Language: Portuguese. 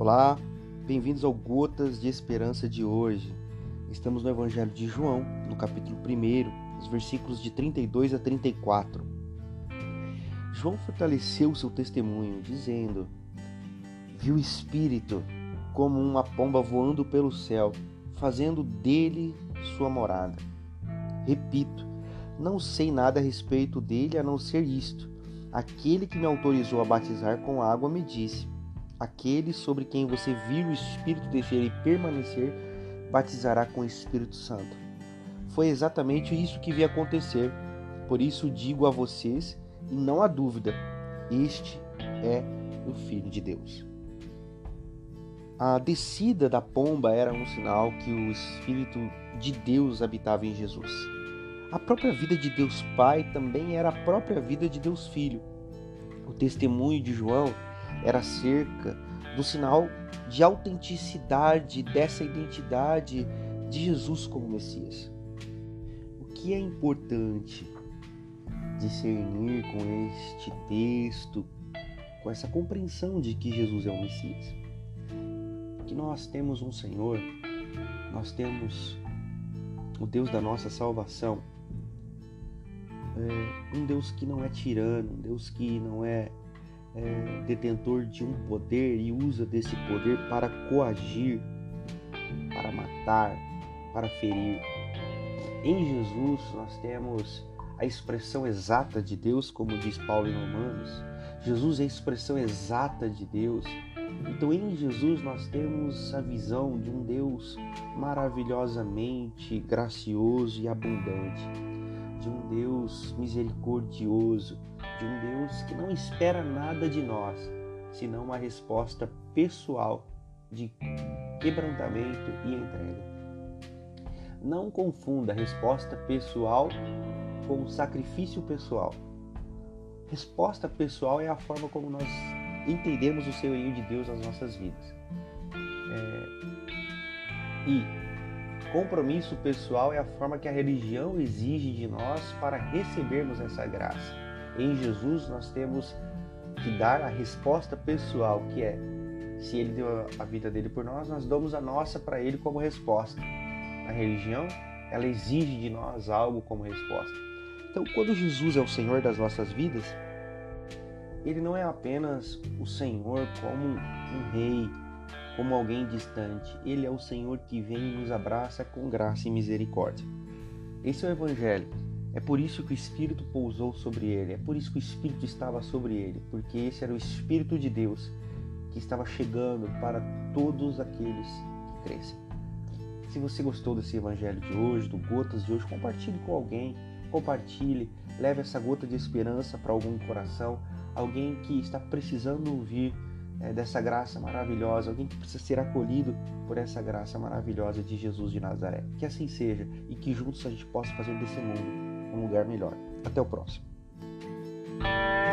Olá, bem-vindos ao Gotas de Esperança de hoje. Estamos no Evangelho de João, no capítulo 1, os versículos de 32 a 34. João fortaleceu seu testemunho, dizendo: viu o Espírito como uma pomba voando pelo céu, fazendo dele sua morada. Repito, não sei nada a respeito dele a não ser isto. Aquele que me autorizou a batizar com água me disse: aquele sobre quem você vir o Espírito descer e permanecer, batizará com o Espírito Santo. Foi exatamente isso que veio acontecer. Por isso digo a vocês, e não há dúvida, este é o Filho de Deus. A descida da pomba era um sinal que o Espírito de Deus habitava em Jesus. A própria vida de Deus Pai também era a própria vida de Deus Filho. O testemunho de João era acerca do sinal de autenticidade dessa identidade de Jesus como Messias. O que é importante discernir com este texto, com essa compreensão de que Jesus é o Messias? Que nós temos um Senhor, nós temos o Deus da nossa salvação, um Deus que não é tirano, um Deus que não é detentor de um poder e usa desse poder para coagir, para matar, para ferir. Em Jesus nós temos a expressão exata de Deus, como diz Paulo em Romanos. Jesus é a expressão exata de Deus. Então em Jesus nós temos a visão de um Deus maravilhosamente gracioso e abundante, de um Deus misericordioso, de um Deus que não espera nada de nós, senão uma resposta pessoal de quebrantamento e entrega. Não confunda a resposta pessoal com o sacrifício pessoal. Resposta pessoal é a forma como nós entendemos o senhorio de Deus nas nossas vidas. E compromisso pessoal é a forma que a religião exige de nós para recebermos essa graça. Em Jesus nós temos que dar a resposta pessoal, que é: se Ele deu a vida dele por nós, nós damos a nossa para Ele como resposta. A religião, ela exige de nós algo como resposta. Então, quando Jesus é o Senhor das nossas vidas, Ele não é apenas o Senhor como um rei, como alguém distante. Ele é o Senhor que vem e nos abraça com graça e misericórdia. Esse é o Evangelho. É por isso que o Espírito pousou sobre ele, é por isso que o Espírito estava sobre ele, porque esse era o Espírito de Deus que estava chegando para todos aqueles que crescem. Se você gostou desse Evangelho de hoje, do Gotas de hoje, compartilhe com alguém, leve essa gota de esperança para algum coração, alguém que está precisando ouvir dessa graça maravilhosa, alguém que precisa ser acolhido por essa graça maravilhosa de Jesus de Nazaré. Que assim seja e que juntos a gente possa fazer desse mundo um lugar melhor. Até o próximo.